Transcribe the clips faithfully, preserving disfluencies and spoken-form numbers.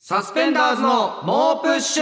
サスペンダーズの猛プッシュ。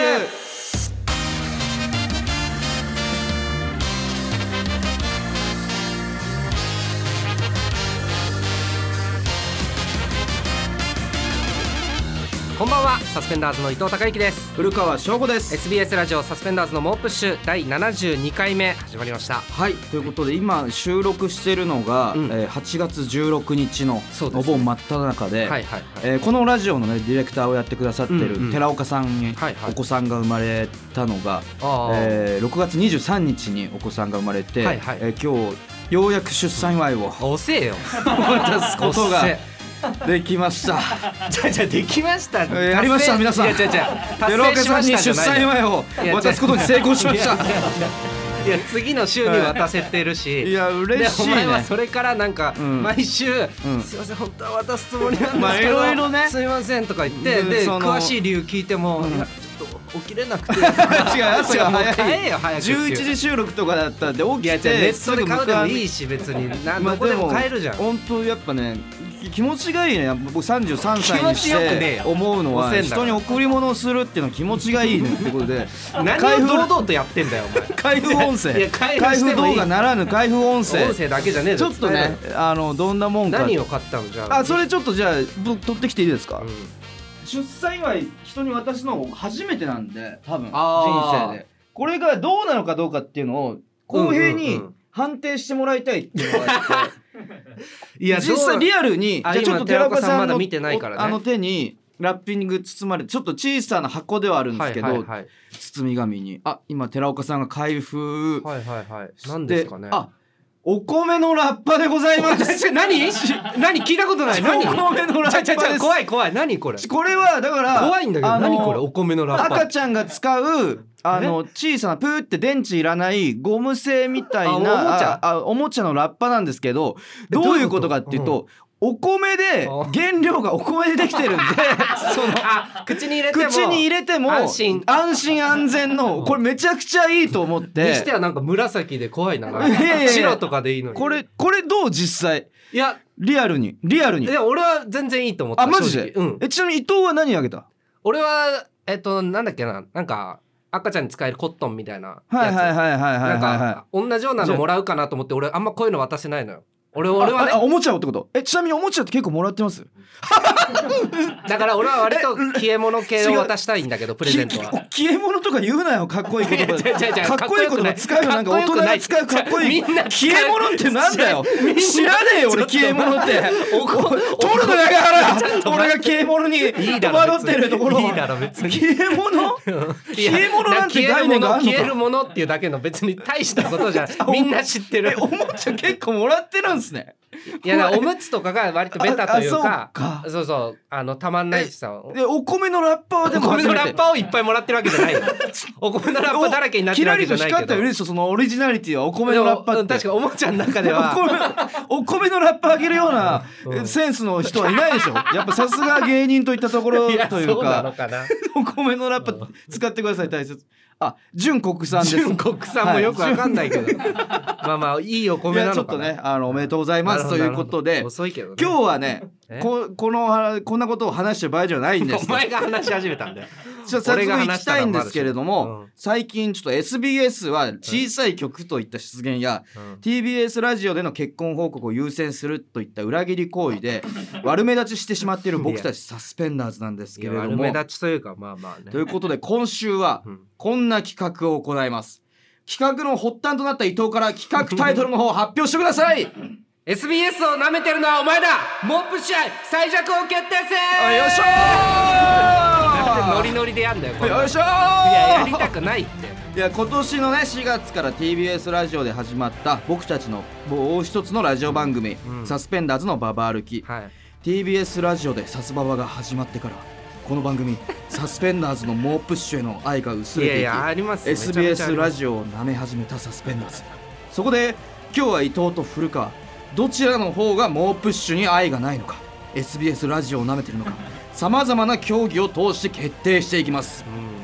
こんばんは、サスペンダーズの伊藤孝之です。 古川翔吾です。 エスビーエス ラジオサスペンダーズの猛プッシュだいななじゅうにかいめ始まりました。 はい、ということで今収録してるのが、うんえー、はちがつじゅうろくにちのお盆真っ只中で、はいはいはいえー、このラジオの、ね、ディレクターをやってくださってる寺岡さんにお子さんが生まれたのが、はいはいえー、ろくがつにじゅうさんにちにお子さんが生まれて、はいはいえー、今日ようやく出産祝いを遅えよ渡すことができました。 じゃじゃできました。 やりました皆さん。 いやじゃじゃ寺岡さんに出産祝いを渡すことに成功しました。 いや次の週に渡せてるし、 いや嬉しいね。 お前はそれからなんか毎週、うん、すいません本当は渡すつもりなんですけど、まあ、いろいろねすいませんとか言って、うん、で詳しい理由聞いても、うん、いやちょっと起きれなくて違う朝が早いよ早くじゅういちじ収録とかだったんで起きてネットで買うでもいいし別に何どこでも買えるじゃん。 本当やっぱね気持ちがいいね。僕さんじゅうさんさいにして思うのは人に贈り物をするっていうのは気持ちがいいねってことで何を堂々とやってんだよお前。 開封音声開封動画ならぬ開封音声音声だけじゃねえちょっとねあのどんなもんか何を買ったのじゃああそれちょっとじゃあ僕取ってきていいですか、うん、出産祝い人に渡すの初めてなんで多分人生でこれがどうなのかどうかっていうのを公平に判定してもらいたいっていうのがあっていや実際リアルにじゃあちょっと寺岡さんのあの手にラッピング包まれてちょっと小さな箱ではあるんですけど、はいはいはい、包み紙にあ今寺岡さんが開封はいはいはい何ですかね。 あお米のラッパでございます何何聞いたことない。何お米のラッパです。ちゃちゃちゃ怖い怖い何これ。 これはだから怖いんだけど何これお米のラッパ。 赤ちゃんが使うあの小さなプーって電池いらないゴム製みたいなあおもちゃあおもちゃのラッパなんですけどどういうことかっていうとお米で原料がお米でできてるんでそのあ口に入れても口に入れても安心安心安全のこれめちゃくちゃいいと思ってにしてはなんか紫で怖いな。白とかでいいのにこれこれどう実際いやリアルにリアルにいや俺は全然いいと思った。 あマジで、うん、えちなみに伊藤は何あげた。 俺はえっとなんだっけななんか赤ちゃんに使えるコットンみたいなやつ。 はいはいはいはいはいなんか同じようなのもらうかなと思って俺あんまこういうの渡せないのよ。俺俺はねああおもちゃをってことえちなみにおもちゃって結構もらってますだから俺は割と消え物系を渡したいんだけどプレゼントは消え物とか言うなよかっこいい言葉でかっこいい言葉使うよなんか大人が使うかっこいい消え物ってなんだよ知らねえよ俺消え物って取るのやがら俺が消え物に戸惑ってるところいいだろ別に消え物消え物なんて概念があるのか。 消えるものっていうだけの別に大したことじゃみんな知ってる。 おもちゃ結構もらってるんですね。 いやおむつとかが割とベタというかそうそうそうあのたまんないしさでお米のラッパーでもお米のラッパーをいっぱいもらってるわけじゃないお米のラッパーだらけになってるわけじゃないけどキラリと光ったよりそのオリジナリティはお米のラッパーって確かおもちゃの中ではお米のラッパーあげるようなセンスの人はいないでしょやっぱさすが芸人といったところというかそうなのかなお米のラッパー使ってください大切。あ純国産です。 純国産もよくわかんないけど、はい、まあまあいいお米なのかな。 ちょっとねあのおめでとうございますということで遅いけど、ね、 今日はねここのこんなことを話してる場合じゃないんですお前が話し始めたんだよ。 ちょっと早速行きたいんですけれども、うん、最近ちょっと エスビーエス は小さい曲といった出現や、うん、ティービーエス ラジオでの結婚報告を優先するといった裏切り行為で悪目立ちしてしまっている僕たちサスペンダーズなんですけれども悪目立ちというかまあまあねということで今週はこんな企画を行います。企画の発端となった伊藤から企画タイトルの方を発表してくださいエスビーエス を舐めてるのはお前だモップ試合最弱王決定戦よいしょーノリノリでやんだよこれよいしょーいややりたくないっていや今年のねしがつから ティービーエス ラジオで始まった僕たちのもう一つのラジオ番組、うん、サスペンダーズのババ歩き、はい、ティービーエス ラジオでサスババが始まってからこの番組サスペンダーズの猛プッシュへの愛が薄れていきいやいやあります エスビーエス ラジオを舐め始めたサスペンダーズ。そこで今日は伊藤と古川どちらの方が猛プッシュに愛がないのか エスビーエス ラジオを舐めてるのかさまざまな競技を通して決定していきます、うん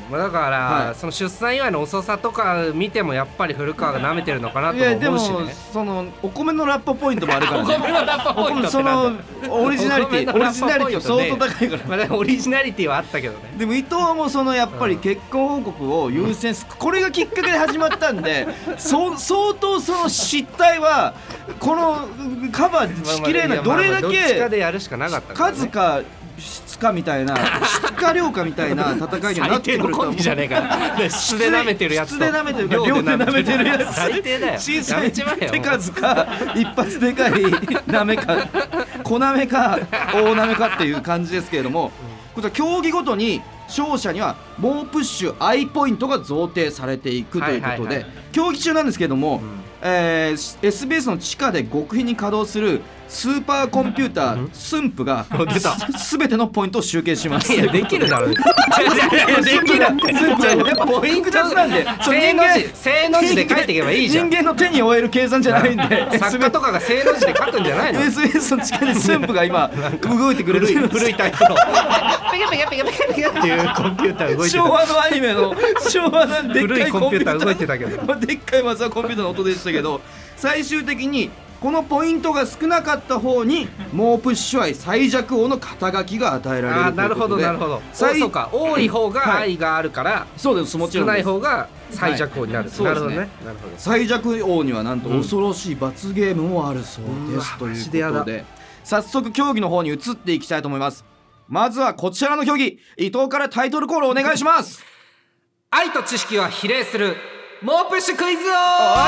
まあ、だから、はい、その出産祝いの遅さとか見てもやっぱり古川が舐めてるのかなと思うし、ね、いやでもそのお米のラッパポイントもあるからねお米のラッパポイントってなんだそのオリジナリティオリジナリティ相当高いから、 まあ、オリジナリティはあったけどね。 でも伊藤もそのやっぱり結婚報告を優先す、うん、これがきっかけで始まったんでそ相当その失態はこのカバーしきれない、どれだけどっちかでやるしかなかったからね、 数か質かみたいな質か量かみたいな戦いになってくると思う。最低のコンビじゃねえか質で舐めてるやつと質で舐めてるか量で舐めてるやつ最低だよ。 小さい手数か一発でかい舐めか小舐めか大舐めかっていう感じですけれども、こちら競技ごとに勝者には猛プッシュ I ポイントが贈呈されていくということで、競技中なんですけれども、えー、エスビーエス の地下で極秘に稼働するスーパーコンピュータースンプがすべてのポイントを集計します。 いやできるだろう。できるってポイントなんで正の字正の字で書いていけばいいじゃん。 人間の手に負える計算じゃないんで作家とかが正の字で書くんじゃないの。 エスビーエス の地下でスンプが今動いてくれる古いタイプのペケペケペケペケペケっていうコンピューター動いてる。 昭和のアニメの昭和のでっかいコンピューター動いてたけどでっかいマザーコンピューターの音でしたけど、最終的にこのポイントが少なかった方に猛プッシュ愛最弱王の肩書きが与えられるということで、 あなるほどなるほど、そうか多い方が愛があるから、はい、 そうですもちろん少ない方が最弱王になる、はい、なるほどね、なるほど。 最弱王にはなんと恐ろしい罰ゲームもあるそうです、うん、ということで早速競技の方に移っていきたいと思います。まずはこちらの競技、伊藤からタイトルコールお願いします。 愛と知識は比例する猛プッシュクイズ王。おいしょ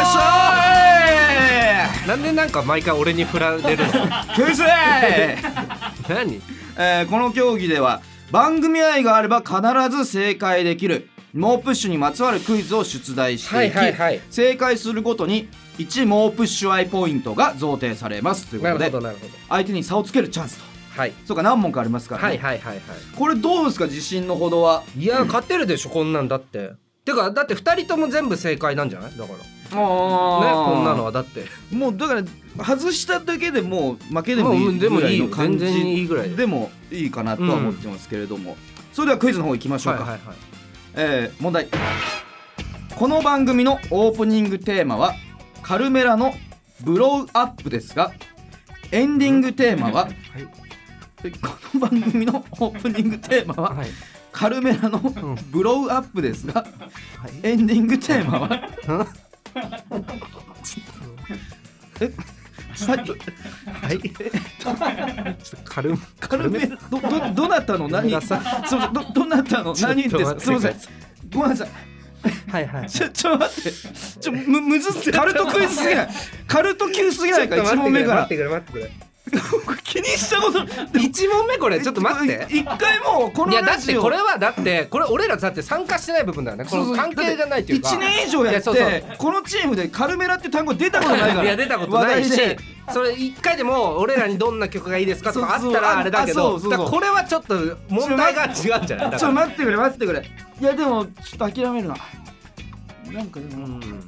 ー。なんでなんか毎回俺に振られるのクイズ何、 えー、この競技では番組愛があれば必ず正解できる猛プッシュにまつわるクイズを出題していき、はいはいはい、正解するごとにいち猛プッシュ愛ポイントが贈呈されますということで、なるほどなるほど、相手に差をつけるチャンスと、はい、そうか何問かありますからね、はいはいはいはい、これどうですか自信のほどは。 いや勝てるでしょこんなんだって。てかだってふたりとも全部正解なんじゃない。だからあ、ね、こんなのはだってもうだから外しただけでもう負けでもいいぐらいの感じでもいいかなとは思ってますけれども、うん、それではクイズの方行きましょうか、はいはいはい、えー、問題。この番組のオープニングテーマはカルメラのブローアップですが、エンディングテーマは、はい、この番組のオープニングテーマは、はい、カルメラのブローアップですが、はい、エンディングテーマはえはいはいちょっとカルカルメラ ど, ど, どなたの何すみません ど, どなたの何ですか。すみませんごめんなさいはいはい、はい、ちょちょ待ってちょむむずっカルトクイズすぎないカルト級すぎないかいち問目から待ってくれ待ってくれ気にしたこといち問目これちょっと待って一回もうこのラジオいやだってこれはだってこれ俺らだって参加してない部分だよね。この関係がないというかいちねん以上やってそうそうこのチームでカルメラって単語出たことないからいや出たことないしそれいっかいでも俺らにどんな曲がいいですかとかあったらあれだけどこれはちょっと問題が違うんじゃない。だからちょっと待ってくれ待ってくれいやでもちょっと諦めるな。なんかでも、うん、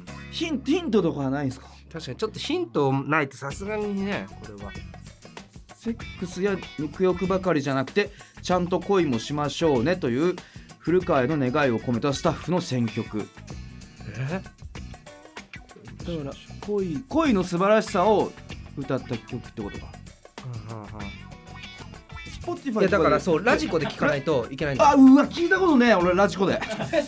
ヒントヒントとかはないんですか。 確かにちょっとヒントないとさすがにねこれはセックスや肉欲ばかりじゃなくてちゃんと恋もしましょうねという古川への願いを込めたスタッフの選曲。えだから恋恋の素晴らしさを歌った曲ってことか。うんうんうん、Spotify いやだからそうラジコで聞かないといけないんだ。 あうわ聞いたことねえ俺ラジコで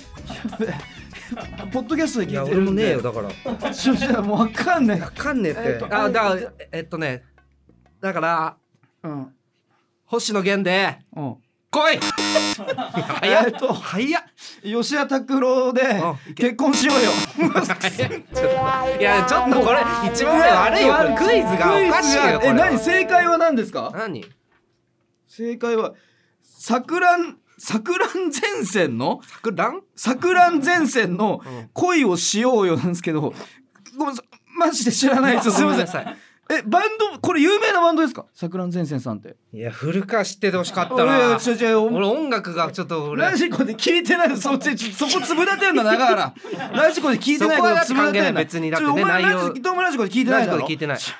ポッドキャストで聞いてるんで。いや俺もねえよだからちょじゃあもう分かんねえ分かんねえって、えー、あだからえっとねだからうん、星野源で、うん、来い早っと早っ吉田拓郎で結婚しようよいやちょっとこれ一番目悪いよこれクイズがおかしいよ。 え何正解は何ですか。 何正解は錯乱錯乱前線の錯乱錯乱前線の恋をしようよなんですけど、ごめんなさいマジで知らないですよすいません。えバンドこれ有名なバンドですか錯乱前線さんって。いや古川知っててほしかったな。ちょちょ俺音楽がちょっとラジコで聞いてないそっちそこつぶだてんだ長原ラジコで聞いてないからつぶだてんだ。 別にだってね内容伊藤もラジコで聞いてないだろ。 ラジコで聞いてない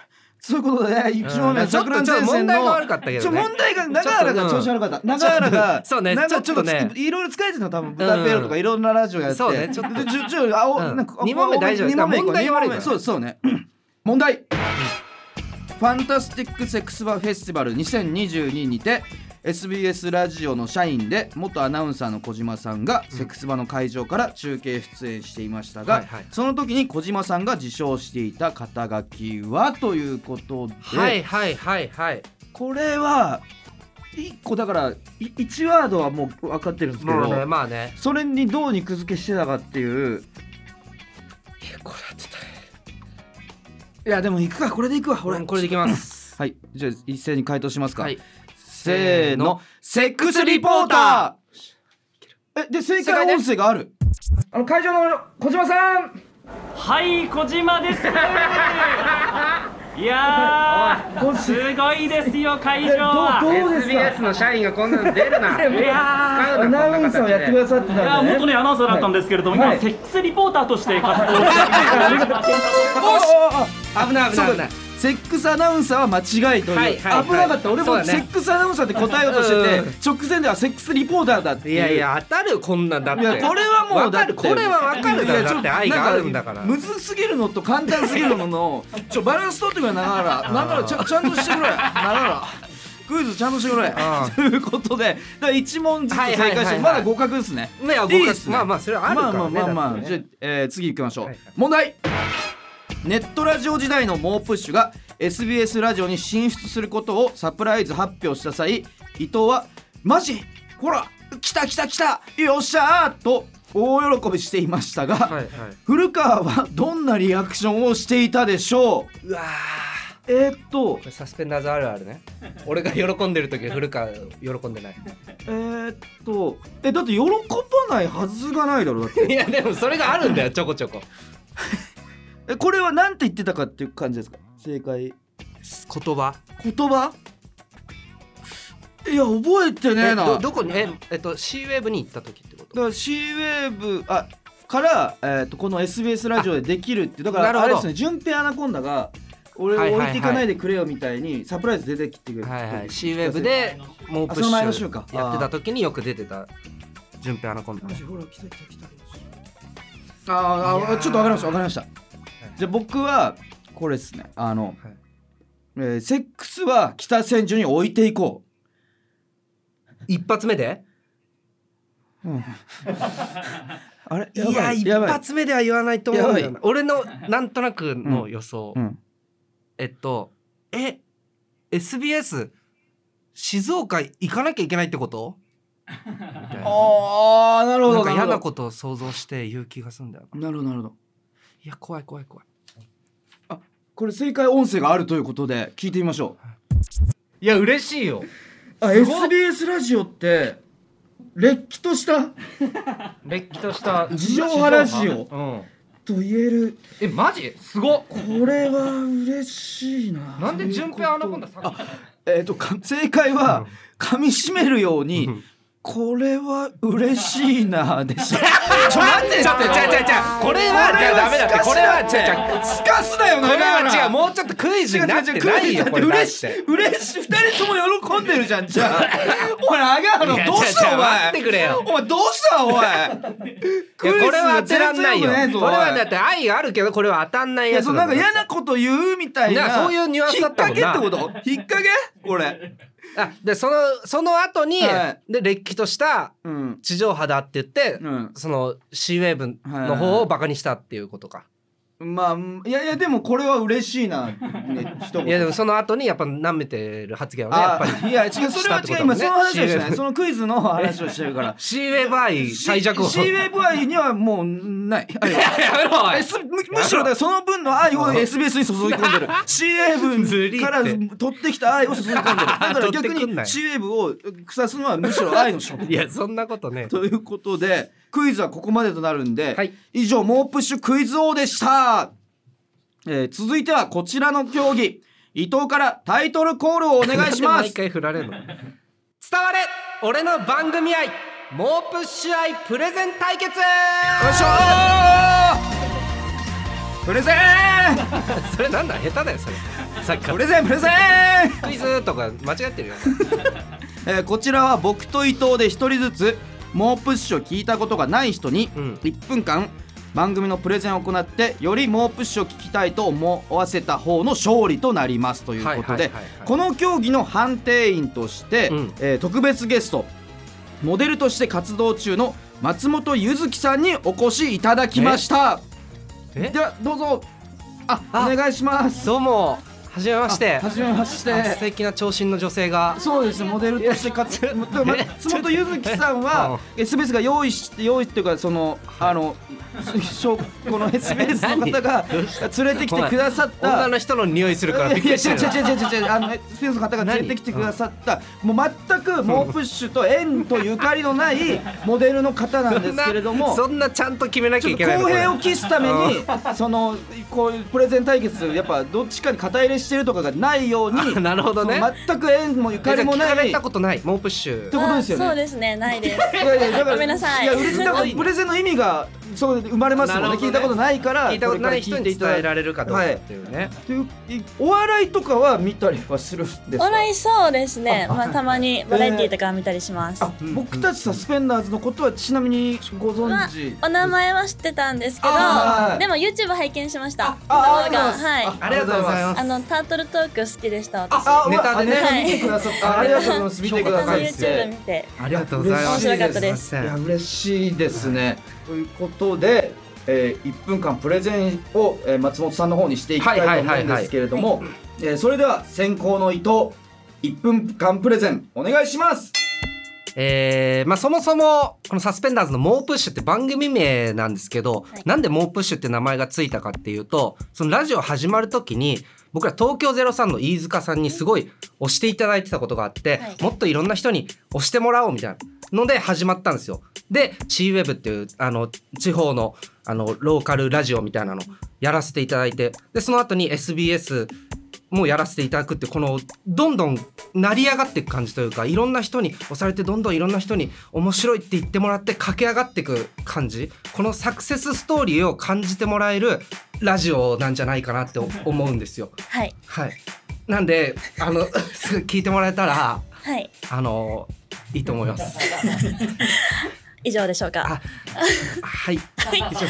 そういうことでね、いち問目は桜前線の問題が悪かったけどね。 問題が長原が調子悪かった。長原がそうね、 なんかちょっとね、 いろいろ疲れてるの多分豚ペロとかいろんなラジオやって。そうね、ちょっとちょちょあおなんかに問目大丈夫。 に問目問題悪い。 そうそうね。問題。ファンタスティックセックスバーフェスティバルにせんにじゅうににて エスビーエス ラジオの社員で元アナウンサーの小島さんがセックスバの会場から中継出演していましたが、うんはいはい、その時に小島さんが受賞していた肩書きはということで、 はいはいはいはい、 これはいっこだからいちワードはもう分かってるんですけど、 ねまあね、 それにどう肉付けしてたかっていう。 いやこれはちょっといやでも行くか、これで行くわ、 俺これでいきますはいじゃあ一斉に回答しますか、はい、 せーの、 セックスリポーター。えで正解音声がある。あの会場の小島さん。 はい小島です。いやーすごいですよ会場は。 どうですか エスビーエス の社員がこんなの出るな。 いやアナウンサーをやってくださってたんで、ね、いや元ねアナウンサーだったんですけれども、はい、今セックスリポーターとして活動しています。 危ない危ない危ない。 セックスアナウンサーは間違いという、はいはいはい、危なかった。俺もセックスアナウンサーって答えようとしてて、ね、直前ではセックスリポーターだっていう。 いやいや当たるこんなんだって。いやこれはもうだってこれは分かるだろ。だって愛があるんだから。 むずすぎるのと簡単すぎるののちょバランス取ってくれながらなんならちゃ, ちゃんとしてくれながらクイズちゃんとしてくれということで、だからいち問ずつ正解して、はいはいはいはい、まだ合格ですね。 いや合格ですね。まあまあそれはあるからね。まあまあまあ、まあ、 じゃあ、えー、次行きましょう、はいはい、問題。ネットラジオ時代の猛プッシュが エスビーエス ラジオに進出することをサプライズ発表した際、伊藤はマジほら来た来た来たよっしゃーと大喜びしていましたが、はいはい、古川はどんなリアクションをしていたでしょう。うわえー、っとサスペンダーズあるあるね。俺が喜んでる時古川喜んでない。 えー、っとえだって喜ばないはずがないだろ。だっていやでもそれがあるんだよちょこちょこ。 えこれは何て言ってたかっていう感じですか。正解言葉言葉いや覚えてねえな。 ど, どこにえ、えっと C ウェーブに行った時ってこと。 だから C ウェーブあから、えー、とこの エスビーエス ラジオでできるって。だからあれですね、順平アナコンダが俺を置いていかないでくれよみたいにサプライズ出てきてくれる、 はいはい、C ウェーブでもうプッシュやってた時によく出てた順平アナコンダ、ね、ほら来た来た来た。ああちょっと分かりました分かりました。じゃあ僕はこれですね、あの、はい、えー、セックスは北千住に置いていこう。一発目で、 うん、あれいや一発目では言わないと思うんだよな。俺のなんとなくの予想、うんうん、えっとえ エスビーエス 静岡行かなきゃいけないってことみたいな。 あーなるほど。 なんか嫌なことを想像して言う気がするんだよな。 なるほどなるほど。 いや怖い怖い怖い。 あこれ正解音声があるということで聞いてみましょう。いや嬉しいよ。 あ エスビーエス ラジオってれっきとしたれっきとした地上波ラジオ、うん、と言える。 えマジすごっ。 これは嬉しいな。 なんで順平アナコンダさあえっ、ー、と正解は噛み締めるように、うんこれは嬉しいなでした。 ちょ待ってちょっとちゃちゃちゃこれはダメだって。これはちゃちゃスカスだよな。 これは違うもうちょっとクイズになってないよ。これ嬉しい嬉しいふたりとも喜んでるじゃん。じゃあお前アガーのどうしたお前。 待ってくれよ。 お前どうしたお前。 これは当てらんないよ。これはだって愛があるけどこれは当たんないやつだ。 なんか嫌なこと言うみたいなそういうニュアンスだったもんな。 引っ掛けってこと。引っ掛けこれ。 あでそのその後に、はい、でれっきとした地上波だって言って、うん、その C ウェーブの方をバカにしたっていうことか。 まあいやいやでもこれは嬉しいな、ね、 いやでもその後にやっぱ舐めてる発言はねやっぱりいや違うそれは違う今その話をしないそのクイズの話をしてるから C ウェーブ愛最弱を C ウェーブ愛にはもうないむしろだからその分の愛を エスビーエス に注ぎ込んでるC ウェーブから取ってきた愛を注ぎ込んでるだから逆に C ウェーブを腐すのはむしろ愛の勝負。 いやそんなことね。 ということでクイズはここまでとなるんで、はい、以上猛プッシュクイズ王でした、えー、続いてはこちらの競技伊藤からタイトルコールをお願いします。 毎回振られるの伝われ俺の番組愛猛プッシュ愛プレゼン対決。よいしょープレゼンそれなんだ下手だよそれさっきからプレゼンプレゼンクイズとか間違ってるよ、 えー、こちらは僕と伊藤で一人ずつ猛プッシュを聞いたことがない人にいっぷんかん番組のプレゼンを行ってより猛プッシュを聞きたいと思わせた方の勝利となりますということで、この競技の判定員として、うんえー、特別ゲストモデルとして活動中の松本ゆずきさんにお越しいただきました。ではどうぞああお願いします。 どうもはじめまして。 はじめまして。 素敵な長身の女性が。 そうですモデルとして活躍松本ゆずきさんは エスビーエス が用意して用意っていうかそのあのこの エスビーエス の方が連れてきてくださった女の人の匂いするからびっくりしてる。 違う違う違う違うあの エスビーエス の方が連れてきてくださったもう全く猛プッシュと縁とゆかりのないモデルの方なんですけれどもそんなちゃんと決めなきゃいけないの。 公平を期すためにそのこういうプレゼン対決やっぱどっちかに肩入れしてるとかがないようになるほどね全く縁もゆかりもない聞かれたことない猛プッシュってことですよね。 そうですねないです。 いやいやだからごめんなさい。 いや嬉しいだからプレゼンの意味がそう生まれますもんね。聞いたことないから聞いたことない人に伝えられるかどうかっていうね、 はい、お笑いとかは見たりはするんですか。 お笑いそうですねまあたまにバラエティとか見たりします、 えー、あ僕たちサスペンダーズのことはちなみにご存知、 まあ、お名前は知ってたんですけどでも YouTube 拝見しました。 あ動画はい、 ありがとうございます。 あのタートルトーク好きでした私。 あネタでね、 はい、見てくださったありがとうございます。見てください。 YouTube 見てありがとうございます。 面白かったです。 いや嬉しいですね、ということでえー、いっぷんかんプレゼンを、えー、松本さんの方にしていきたいと思うんですけれども、それでは先攻の伊藤いっぷんかんプレゼンお願いします。 えーまあ、そもそもこのサスペンダーズの猛プッシュって番組名なんですけど、はい、なんで猛プッシュって名前がついたかっていうとそのラジオ始まる時に僕ら東京ゼロさんの飯塚さんにすごい推していただいてたことがあって、はい、もっといろんな人に推してもらおうみたいなので始まったんですよ。で シーウェブ っていうあの地方のあのローカルラジオみたいなのやらせていただいてでその後に エスビーエス もやらせていただくってこのどんどん成り上がっていく感じというかいろんな人に押されてどんどんいろんな人に面白いって言ってもらって駆け上がっていく感じこのサクセスストーリーを感じてもらえるラジオなんじゃないかなって思うんですよ。 はい、はい、 なんであのすぐ聞いてもらえたら、 はい、 あのいいと思います。 以上でしょうか。 あはい、はい、以上です。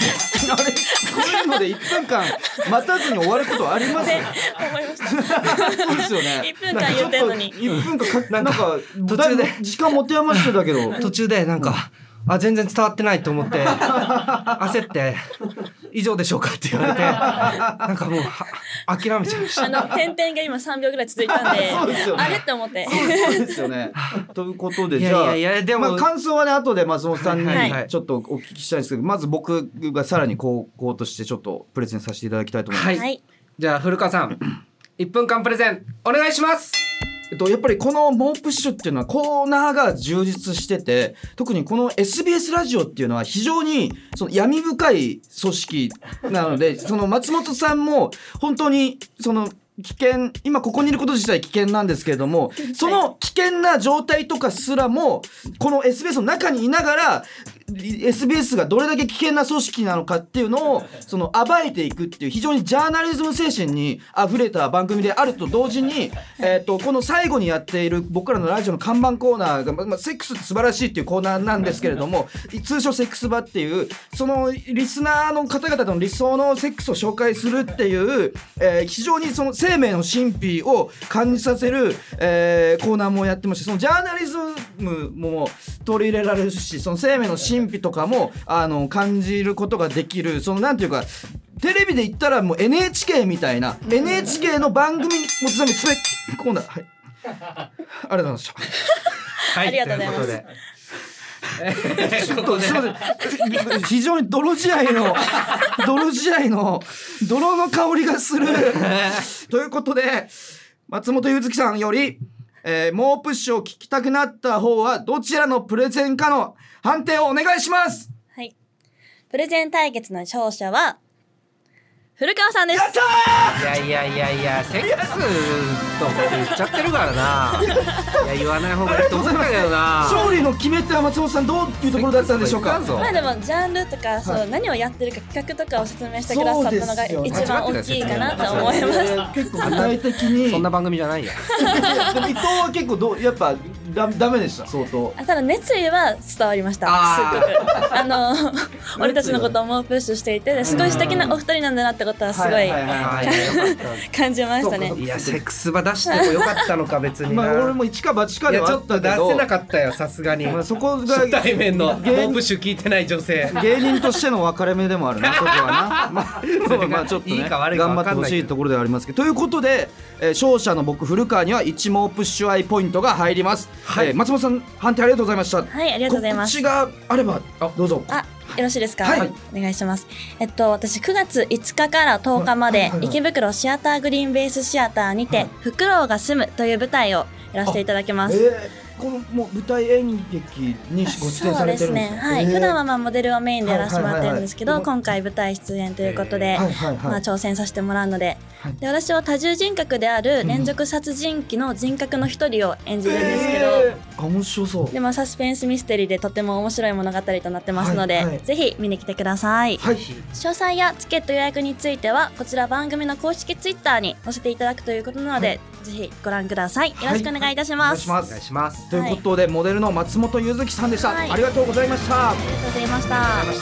あれこういうのでいっぷんかん待たずに終わることあります？ ね、思いました。 そうですよね。 いっぷんかん言ってんのに。 いっぷんかんなんか途中で時間持て余してたけど途中でなんか、うん、あ全然伝わってないと思って焦って以上でしょうかって言われてなんかもう諦めちゃいました。 あの点々が今さんびょうぐらい続いたんでそうですよね、 あれって思って。 そうですよね。ということでじゃあいやいやでも、 まあ、感想はね後で松本さんにちょっとお聞きしたいんですけど、はい、まず僕がさらに高校としてちょっとプレゼンさせていただきたいと思います。 はい、 じゃあ古川さんいっぷんかんプレゼンお願いします。 えっと、やっぱりこの猛プッシュっていうのはコーナーが充実してて特にこの エスビーエス ラジオっていうのは非常にその闇深い組織なのでその松本さんも本当にその危険今ここにいること自体危険なんですけれどもその危険な状態とかすらもこの エスビーエス の中にいながらエスビーエス がどれだけ危険な組織なのかっていうのをその暴いていくっていう非常にジャーナリズム精神にあふれた番組であると同時に、えー、とこの最後にやっている僕らのラジオの看板コーナーが、まあ、セックスって素晴らしいっていうコーナーなんですけれども通称セックスバっていうそのリスナーの方々の理想のセックスを紹介するっていう、えー、非常にその生命の神秘を感じさせる、えー、コーナーもやってましてそのジャーナリズムも取り入れられるしその生命の神秘とかもあの感じることができるそのなんていうかテレビで言ったらもう エヌエイチケー みたいな エヌエイチケー の番組も全部詰めコーナーはいありがとうございましたはい、 ありがとうございますちょっとすいません非常に泥仕合の泥仕合の泥の香りがするということで松本ゆずきさんより、えー、猛プッシュを聞きたくなった方はどちらのプレゼンかの判定をお願いします。 はい、プレゼン対決の勝者は古川さんです。 やったー。いやいやいやいや、セックスとかって言っちゃってるからな。いや言わない方がいいと思うんだけどな。 勝利の決め手は松本さんどういうところだったんでしょうか。 まあでもジャンルとか、そう、はい、何をやってるか企画とかを説明してくださったのが一番大きいかなと思います。 結構具体的にそんな番組じゃないよ。 でも伊藤は結構どうやっぱダダメでした相当。 ただ熱意は伝わりました。すごくあの俺たちのことをもうプッシュしていて、すごい素敵なお二人なんだなってことはすごい感じましたね。 いやセックス場出してもよかったのか別にな。 まあ俺も一か八かではあったけど、 ちょっと出せなかったよさすがに。まあそこが初対面のモープッシュ聞いてない女性。 芸人としての分かれ目でもあるなそこはな。まあまあちょっとね頑張ってほしいところではありますけど、ということで、えー、勝者の僕古川にはいちモープッシュアイポイントが入ります。はい、えー、松本さん判定ありがとうございました。 はい、ありがとうございます。 告知があればどうぞ。 あ、よろしいですか。 はい、 お願いします。えっと私くがついつかからとおかまで池袋シアターグリーンベースシアターにてフクロウが住むという舞台をやらせていただきます。 えーこのもう舞台演劇にご出演されてるんですか。そうですね、はい、えー、普段はまあモデルをメインでやらせてもらってるんですけど、今回舞台出演ということで、はいはいはい、まあ、挑戦させてもらうので、はい、で私は多重人格である連続殺人鬼の人格の一人を演じるんですけど、えー、面白そう。 でもサスペンスミステリーでとても面白い物語となってますので、はいはい、ぜひ見に来てください。はい、詳細やチケット予約についてはこちら番組の公式ツイッターに載せていただくということなので、はい、ぜひご覧ください。よろしくお願いいたします。 はい、お願いします。ということで、はい、モデルの松本ゆずきさんでした、はい、ありがとうございました。 ありがとうございました。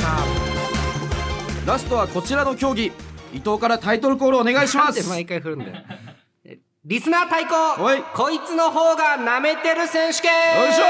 ラストはこちらの競技、伊藤からタイトルコールお願いします。 なんで毎回振るんだよ。リスナー対抗、こいつの方が舐めてる選手権。 よいしょ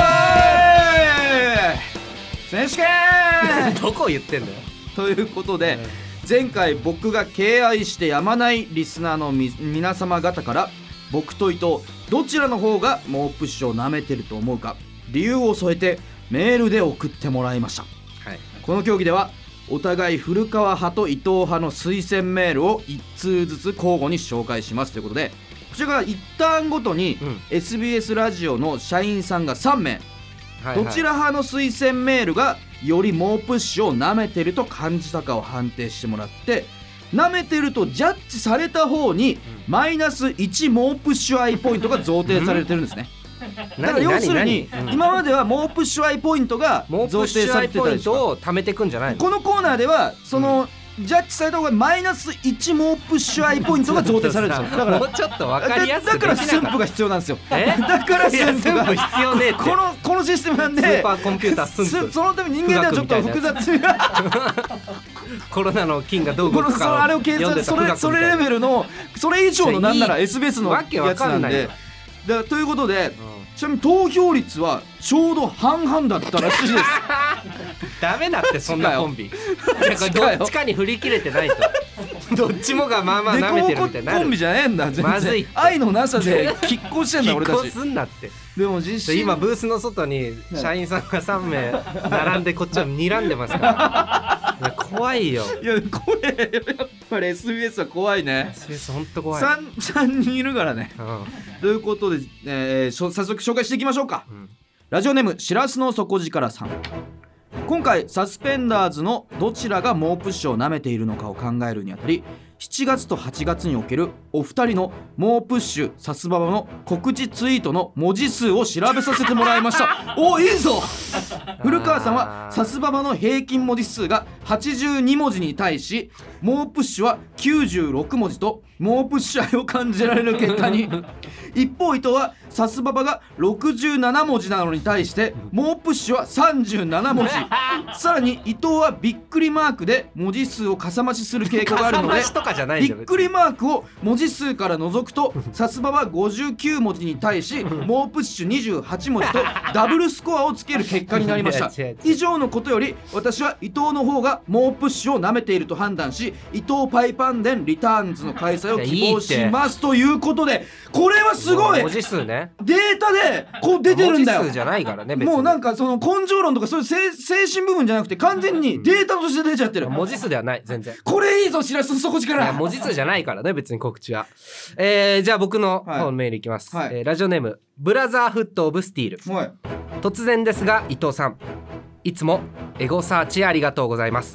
ー選手権どこを言ってんだよ。 ということで、前回僕が敬愛してやまないリスナーのみ皆様方から僕と伊藤どちらの方が猛プッシュを舐めてると思うか理由を添えてメールで送ってもらいました。はい、この競技ではお互い古川派と伊藤派の推薦メールをいち通ずつ交互に紹介しますということで、こちらがいちターンごとに エスビーエス ラジオの社員さんがさんめい、はいはい、どちら派の推薦メールがより猛プッシュを舐めてると感じたかを判定してもらって、舐めてるとジャッジされた方にマイナスいち猛プッシュアイポイントが贈呈されてるんですね。だから要するに今までは猛プッシュアイポイントが贈呈されてたでしょ。 モープッシュアイポイントを貯めてくんじゃないの。 このコーナーではその、うん、ジャッジされた方がマイナスいち猛プッシュアイポイントが贈呈されるんですよ。だからもうちょっと分かりやすくできなかった。だから寸布が必要なんですよ。 えだから寸布が必要ねえって。 このこのシステムなんでスーパーコンピューター寸布、 そのために人間ではちょっと複雑コロナの菌がどう動くかをあれを計算それそれレベルのそれ以上のなんなら エスビーエス のやつなんで、だということで、ちなみに投票率はちょうど半々だったらしいですダメだってそんなコンビどっちかに振り切れてないとどっちもがまあまあ舐めてるみたいになる。 コンビじゃねえんだ全然。 まずい愛のなさで拮抗してんだ俺たち。 拮抗すんなって。 でも実際今ブースの外に社員さんがさんめい並んでこっちは睨んでますから怖いよ。 いやこれやっぱり エスビーエス は怖いね。 エスビーエス ほんと怖い。 3, さんにんいるからね、うん、ということで、えー、早速紹介していきましょうか、うん、ラジオネームしらすの底力さん。今回サスペンダーズのどちらが猛プッシュを舐めているのかを考えるにあたり、しちがつとはちがつにおけるお二人の猛プッシュサスババの告知ツイートの文字数を調べさせてもらいましたおいいぞ古川さんはサスババの平均文字数がはちじゅうにもじに対し猛プッシュはきゅうじゅうろくもじと猛プッシュ愛を感じられる結果に一方伊藤はサスババがろくじゅうななもじなのに対して猛プッシュはさんじゅうななもじさらに伊藤はびっくりマークで文字数をかさ増しする傾向があるのでびっくりマークを文字数から除くとサスババごじゅうきゅうもじに対し猛プッシュにじゅうはちもじとダブルスコアをつける結果になりました以上のことより私は伊藤の方が猛プッシュを舐めていると判断し伊藤パイパンデンリターンズの開催を希望しますということで、これはすごい文字数ねデータでこう出てるんだよ。 文字数じゃないからね別に。 もうなんかその根性論とかそういう精神部分じゃなくて完全にデータとして出ちゃってる。 文字数ではない全然。 これいいぞしらす底力。 文字数じゃないからね別に告知は。えー、じゃあ僕の方のメールいきます、はい、えー、ラジオネームブラザーフットオブスティール、はい、突然ですが伊藤さんいつもエゴサーチありがとうございます。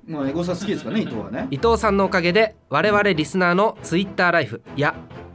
まあエゴサ好きですかね伊藤はね。 伊藤さんのおかげで我々リスナーのツイッターライフや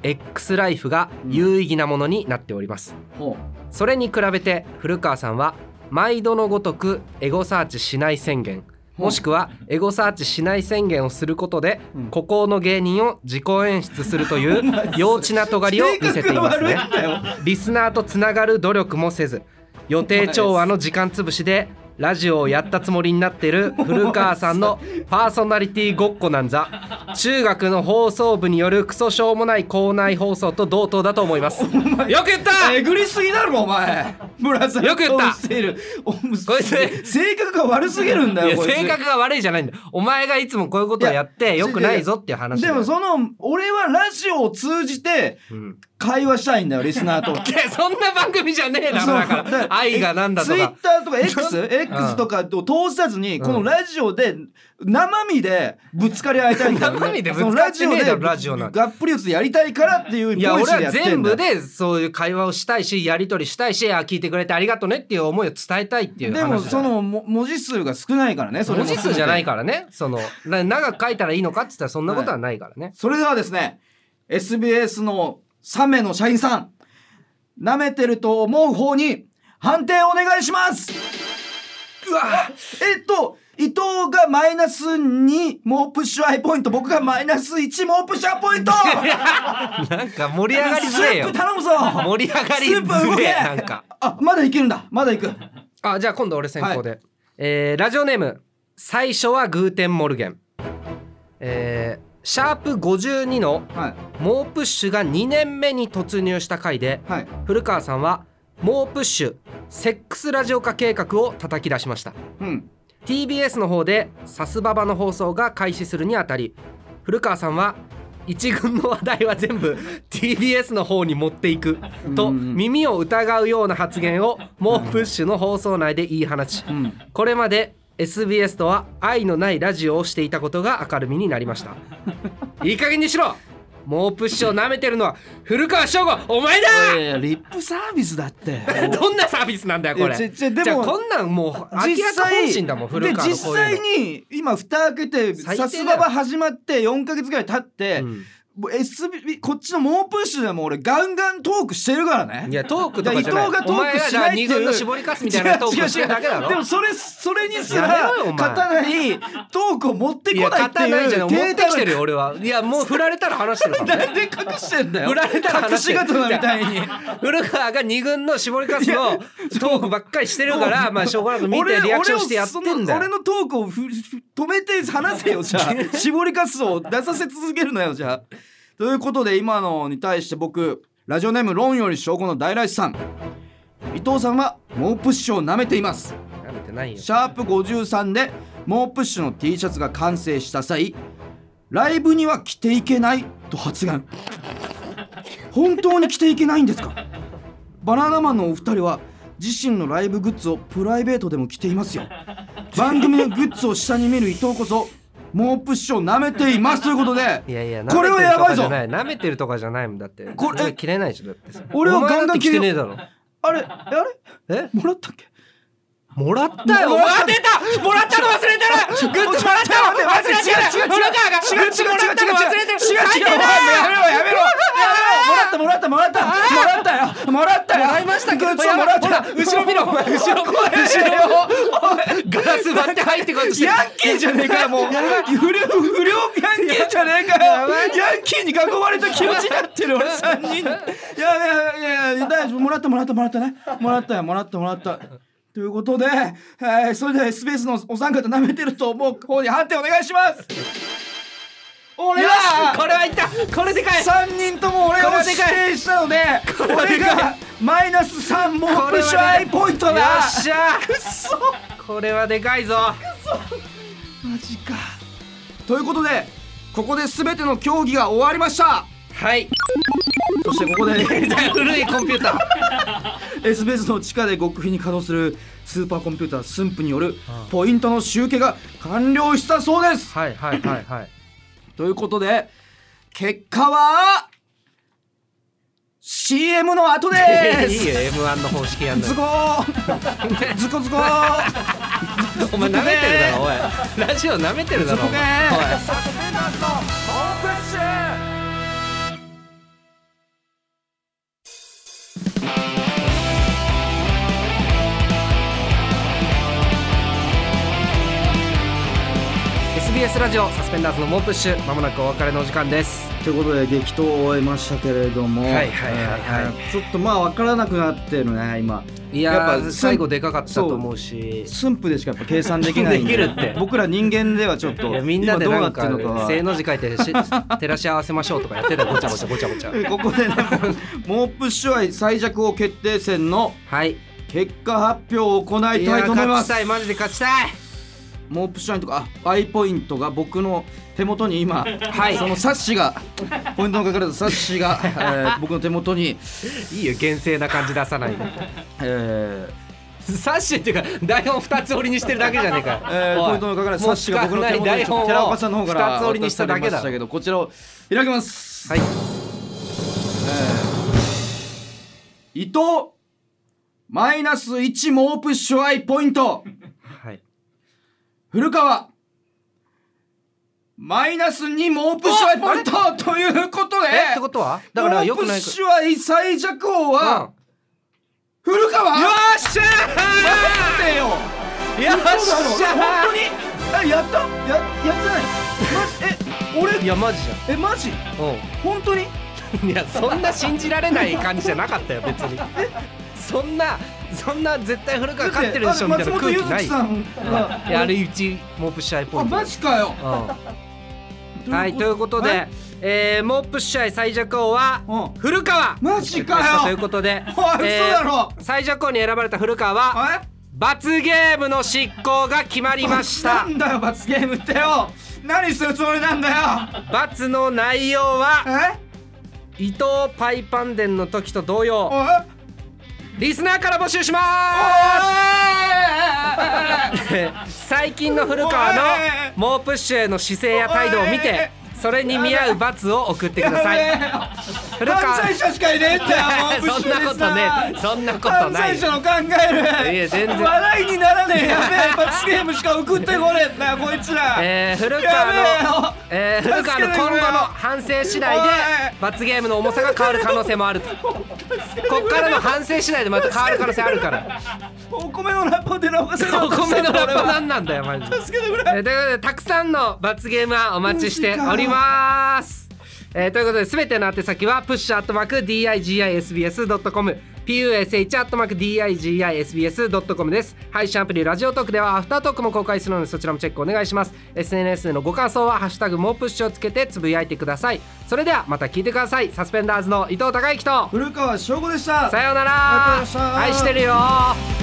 X ライフが有意義なものになっております、うん、それに比べて古川さんは毎度のごとくエゴサーチしない宣言、もしくはエゴサーチしない宣言をすることで孤高の芸人を自己演出するという幼稚な尖りを見せていますね。リスナーとつながる努力もせず予定調和の時間つぶしでラジオをやったつもりになっている古川さんのパーソナリティごっこなんざ中学の放送部によるクソしょうもない校内放送と同等だと思います。よく言った。 えぐりすぎだろお前。ブラザーよく言った。 こいつ性格が悪すぎるんだよ。 いや性格が悪いじゃないんだよ。お前がいつもこういうことをやってよくないぞっていう話だよ。 でもその俺はラジオを通じて会話したいんだよリスナーと。 そんな番組じゃねえだろ。だから愛がなんだとかツイッターとか X X とかを通さずにこのラジオで生身でぶつかり合いたいんだよね。 生身でぶつかってねえだろラジオなんて。 がっぷり四つやりたいからっていうポリシーでやってんだ。いや俺は全部でそういう会話をしたいしやり取りしたいし、あ聞いてくれてありがとうねっていう思いを伝えたいっていう話だ。 でもその文字数が少ないからね。それ文字数じゃないからね。その長く書いたらいいのかって言ったらそんなことはないからね、はい、 それではですね エスビーエス のさん名の社員さん舐めてると思う方に判定お願いします。うわえっと伊藤がマイナスに猛プッシュアイポイント、僕がマイナスいち猛プッシュアイポイントなんか盛り上がりづれよ。 スープ頼むぞ。 盛り上がりづれなんか。 あまだいけるんだまだいく。 あじゃあ今度俺先行で、はい、えー、ラジオネーム最初はグーテンモルゲン、えー、シャープごじゅうにの猛プッシュがにねんめに突入した回で、はい、古川さんは猛プッシュセックスラジオ化計画を叩き出しました、うん、ティービーエス の方でさすばばの放送が開始するにあたり古川さんは一軍の話題は全部 ティービーエス の方に持っていくと耳を疑うような発言を猛プッシュの放送内で言い放ち、これまで エスビーエス とは愛のないラジオをしていたことが明るみになりました。いい加減にしろ。猛プッシュを舐めてるのは古川翔吾お前だ。 いやリップサービスだってどんなサービスなんだよこれ。 ちちでもじゃあこんなんもう明らか本心だもん古川の。 実際に今蓋開けてさすばば始まってよんかげつぐらい経って、うん、エスビー こっちの猛プッシュでも俺ガンガントークしてるからね。 いやトークとかじゃない。 伊藤がトークしないっていう。 お前がに軍の絞りかすみたいなトークしてるだけだろ。 でもそれそれにすら勝たないトークを持ってこないっていう。いや勝たないじゃない。 持ってきてるよ俺は。いやもう振られたら話してるから。 なんで隠してんだよ。 振られたら話してる。 隠し刀みたいに。 古川がに軍の絞りかすのトークばっかりしてるからまあしょうがなく見てリアクションしてやってんだよ。 俺のトークをふ止めて話せよじゃあ。絞りかすを出させ続けるなよじゃあ。ということで今のに対して僕ラジオネーム論より証拠の大来さん、伊藤さんは猛プッシュを舐めています。 舐めてないよ。 シャープごじゅうさんで猛プッシュの T シャツが完成した際ライブには着ていけないと発言。本当に着ていけないんですか。バナナマンのお二人は自身のライブグッズをプライベートでも着ていますよ。番組のグッズを下に見る伊藤こそ猛プッシュを舐めていますということで、 いやいやこれはやばいぞ。 舐めてるとかじゃないもんだって。 これ着れないでしょだって。 俺はガンガン着てねえだろ。 あれあれえもらったっけ。 もらったよ。あ出た。もらったの忘れてる。グッズもらったの忘れてる。古川がグッズもらったの忘れてる。 違う違うやめろやめろ。もらったもらったもらったもらったよもらったよ。 もらいましたけどグッズもらった。 後ろ見ろお前後ろ後ろガラス割って入ってこいとしてヤンキーじゃねえかよもう不良不良ヤンキーじゃねえかよ。ヤンキーに囲まれた気持ちになってる俺さんにん。いやいやいや大丈夫もらったもらったもらったねもらったよもらったもらったということで、えー、それでは エスビーエス のお三方舐めてると思う方に判定お願いします。俺はこれはいったこれでかい。 さんにんとも俺を指定したので俺がマイナスさん猛プッシュアイポイントだ。 よっしゃくっそこれはでかいぞ。 くそマジか。ということでここで全ての競技が終わりました。 はい。 そしてここで古いコンピューターエスビーエス の地下で極秘に稼働するスーパーコンピュータースンプによるポイントの集計が完了したそうです。 はいはいはいはい。 ということで結果は シーエム の後でーす。 いいよ エムワン の方式やんの。 ズコーズコズコーお前舐めてるだろおいラジオ舐めてるだろお前おいエスビーエス ラジオサスペンダーズの猛プッシュ、まもなくお別れのお時間です。 ということで激闘を終えましたけれども、はいはいはいはい、ちょっとまあ分からなくなってるね今。 いややっぱ最後でかかったと思うし、 寸譜でしかやっぱ計算できないんでできるって僕ら人間ではちょっといやみんなでなんか正の字書いて照らし合わせましょうとかやってたごちゃごちゃごちゃごちゃここでね猛プッシュ愛最弱王決定戦の結果発表を行いたいと思います。いや勝ちたい、マジで勝ちたい。 猛プッシュアイとかアイポイントが僕の手元に今、はい、その冊子がポイントの書かれた冊子が、えー、僕の手元にいいよ厳正な感じ出さないで、 えー、冊子っていうか台本ふたつ折りにしてるだけじゃねえか、 えー、ポイントの書かれた冊子が僕の手元に寺岡さんの方からふたつ折りにしただけだけどこちらを開きます。はい、えー、伊藤マイナスいち猛プッシュアイポイント、はい、古川マイナスに猛プッシュアイポイントということで、 えってことはだからよくない猛プッシュアイ最弱王は古川。 よっしゃー待ってよよっしゃー本当にえやったややってないマジえ俺いやマジじゃんえマジうん本当にいやそんな信じられない感じじゃなかったよ別にそんなそんな絶対古川勝ってるでしょみたいな空気ない。いやあれうち猛プッシュアイポイント。 あマジかよ、 うん、はいということで、えー、猛プッシュアイ最弱王は古川マジかよということで、 えー、 最弱王に選ばれた古川は罰ゲームの執行が決まりました。 なんだよ罰ゲームってよ何するつもりなんだよ。 罰の内容は伊藤パイパンデンの時と同様リスナーから募集しまーす最近の古川の猛プッシュへの姿勢や態度を見てそれに見合う罰を送ってください。 古川犯罪者しかいねえんだよそんなことねそんなことない犯罪者の考えるいや全然笑いにならねえやべえ罰ゲームしか送ってこねえんだよこいつら。 えー、古川の、えー、古川の今後の反省次第で罰ゲームの重さが変わる可能性もあるとこっからの反省次第でまた変わる可能性あるからお米のラッパで直せお米のラッパなんなんだよマジで。 助けてくれ、 えー、ということでたくさんの罰ゲームはお待ちしております。えー、ということで全ての宛先はプッシュアットマーク ディーアイジーアイエスビーエスドットコム ピーユーエスエイチ アットマーク ディーアイジーアイエスビーエスドットコム です。配信アプリラジオトークではアフタートークも公開するのでそちらもチェックお願いします。 エスエヌエス でのご感想はハッシュタグもうプッシュをつけてつぶやいてください。それではまた聞いてください。サスペンダーズの伊藤孝之と古川翔吾でした。 さようなら愛してるよ。